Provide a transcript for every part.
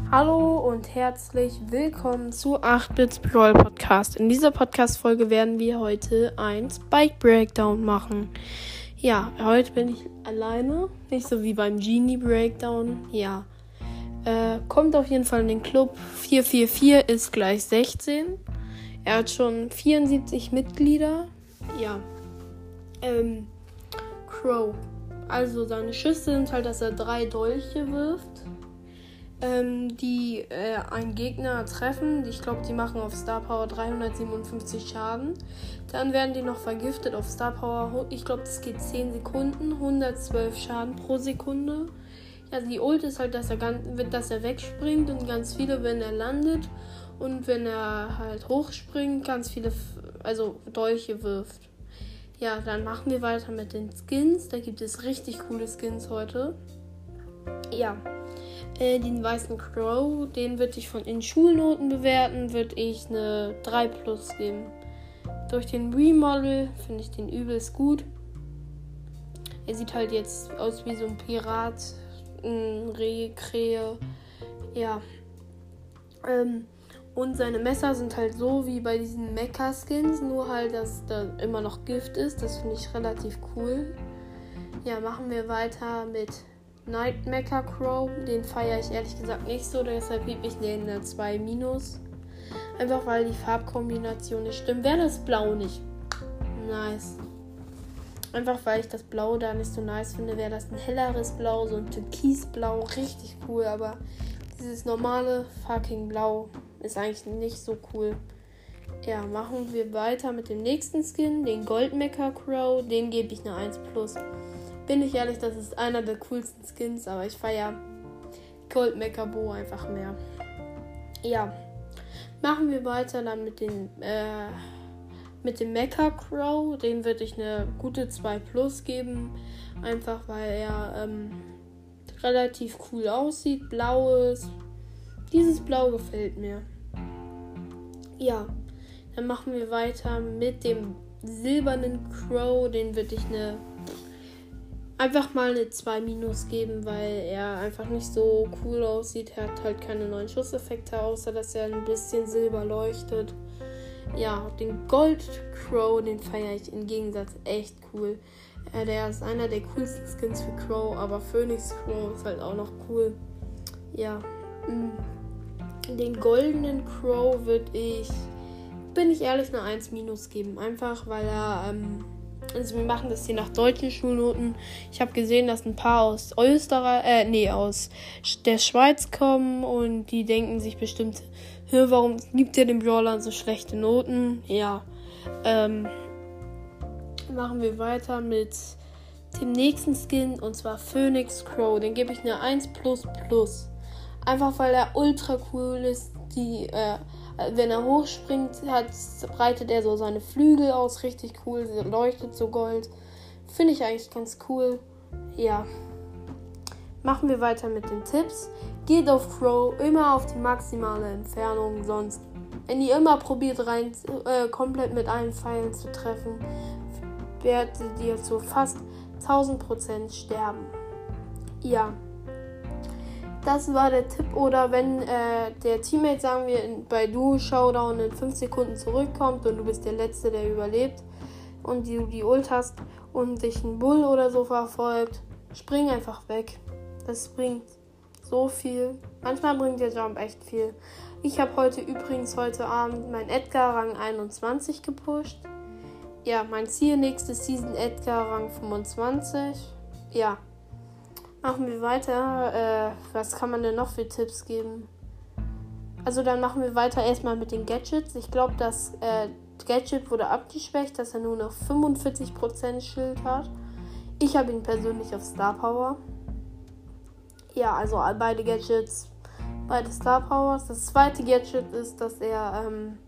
Hallo und herzlich willkommen zu 8-Bits Brawl Podcast. In dieser Podcast-Folge werden wir heute ein Spike Breakdown machen. Ja, heute bin ich alleine, nicht so wie beim Genie Breakdown. Ja, kommt auf jeden Fall in den Club. 444 ist gleich 16. Er hat schon 74 Mitglieder. Ja, Crow. Also seine Schüsse sind halt, dass er 3 Dolche wirft. Die einen Gegner treffen. Ich glaube, die machen auf Star Power 357 Schaden. Dann werden die noch vergiftet auf Star Power. Ich glaube, das geht 10 Sekunden. 112 Schaden pro Sekunde. Ja, die Ult ist halt, dass er wegspringt und ganz viele, wenn er landet. Und wenn er halt hochspringt, ganz viele, Dolche wirft. Ja, dann machen wir weiter mit den Skins. Da gibt es richtig coole Skins heute. Ja. Den weißen Crow, den würde ich von den Schulnoten bewerten, würde ich eine 3+ geben. Durch den Remodel finde ich den übelst gut. Er sieht halt jetzt aus wie so ein Pirat, ein Reh, Krähe, ja. Und seine Messer sind halt so wie bei diesen Mecha-Skins, nur halt, dass da immer noch Gift ist. Das finde ich relativ cool. Ja, machen wir weiter mit Night Mecha Crow, den feiere ich ehrlich gesagt nicht so, deshalb gebe ich den eine 2-. Einfach weil die Farbkombination nicht stimmt. Wäre das Blau nicht nice. Einfach weil ich das Blau da nicht so nice finde, wäre das ein helleres Blau, so ein Türkisblau, richtig cool, aber dieses normale fucking Blau ist eigentlich nicht so cool. Ja, machen wir weiter mit dem nächsten Skin, den Gold Mecha Crow, den gebe ich eine 1+. Bin ich ehrlich, das ist einer der coolsten Skins, aber ich feiere Gold Mecha Bo einfach mehr. Ja, machen wir weiter dann mit dem Mecha Crow. Den würde ich eine gute 2+ geben, einfach weil er relativ cool aussieht, blau ist. Dieses Blau gefällt mir. Ja, dann machen wir weiter mit dem silbernen Crow. Den würde ich einfach mal eine 2- geben, weil er einfach nicht so cool aussieht. Er hat halt keine neuen Schusseffekte, außer dass er ein bisschen silber leuchtet. Ja, den Gold Crow, den feiere ich im Gegensatz echt cool. Der ist einer der coolsten Skins für Crow, aber Phoenix Crow ist halt auch noch cool. Ja, den goldenen Crow bin ich ehrlich, eine 1- geben. Einfach weil er, wir machen das hier nach deutschen Schulnoten. Ich habe gesehen, dass ein paar aus aus der Schweiz kommen und die denken sich bestimmt, warum gibt ihr den Brawlern so schlechte Noten? Ja, machen wir weiter mit dem nächsten Skin und zwar Phoenix Crow. Den gebe ich eine 1++. Einfach weil er ultra cool ist. Wenn er hochspringt, breitet er so seine Flügel aus, richtig cool, leuchtet so Gold. Finde ich eigentlich ganz cool. Ja. Machen wir weiter mit den Tipps. Geht auf Crow immer auf die maximale Entfernung, sonst, wenn ihr immer probiert komplett mit allen Pfeilen zu treffen, werdet ihr zu fast 1000% sterben. Ja. Das war der Tipp. Oder wenn der Teammate, sagen wir, bei Duo-Showdown in 5 Sekunden zurückkommt und du bist der Letzte, der überlebt und du die Ult hast und dich ein Bull oder so verfolgt, spring einfach weg. Das bringt so viel. Manchmal bringt der Jump echt viel. Ich habe heute Abend mein Edgar Rang 21 gepusht. Ja, mein Ziel nächste Season Edgar Rang 25. Ja. Machen wir weiter. Was kann man denn noch für Tipps geben? Also dann machen wir weiter erstmal mit den Gadgets. Ich glaube, das Gadget wurde abgeschwächt, dass er nur noch 45% Schild hat. Ich habe ihn persönlich auf Star Power. Ja, also beide Gadgets, beide Star Powers. Das zweite Gadget ist, dass er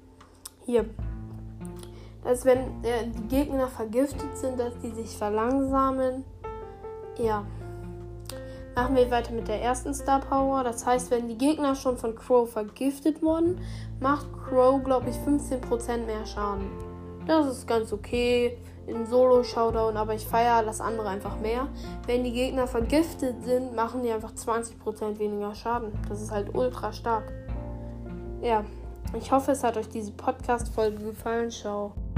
dass wenn die Gegner vergiftet sind, dass die sich verlangsamen. Ja. Machen wir weiter mit der ersten Star Power. Das heißt, wenn die Gegner schon von Crow vergiftet wurden, macht Crow, glaube ich, 15% mehr Schaden. Das ist ganz okay. in Solo-Showdown, aber ich feiere das andere einfach mehr. Wenn die Gegner vergiftet sind, machen die einfach 20% weniger Schaden. Das ist halt ultra stark. Ja, ich hoffe, es hat euch diese Podcast-Folge gefallen. Ciao.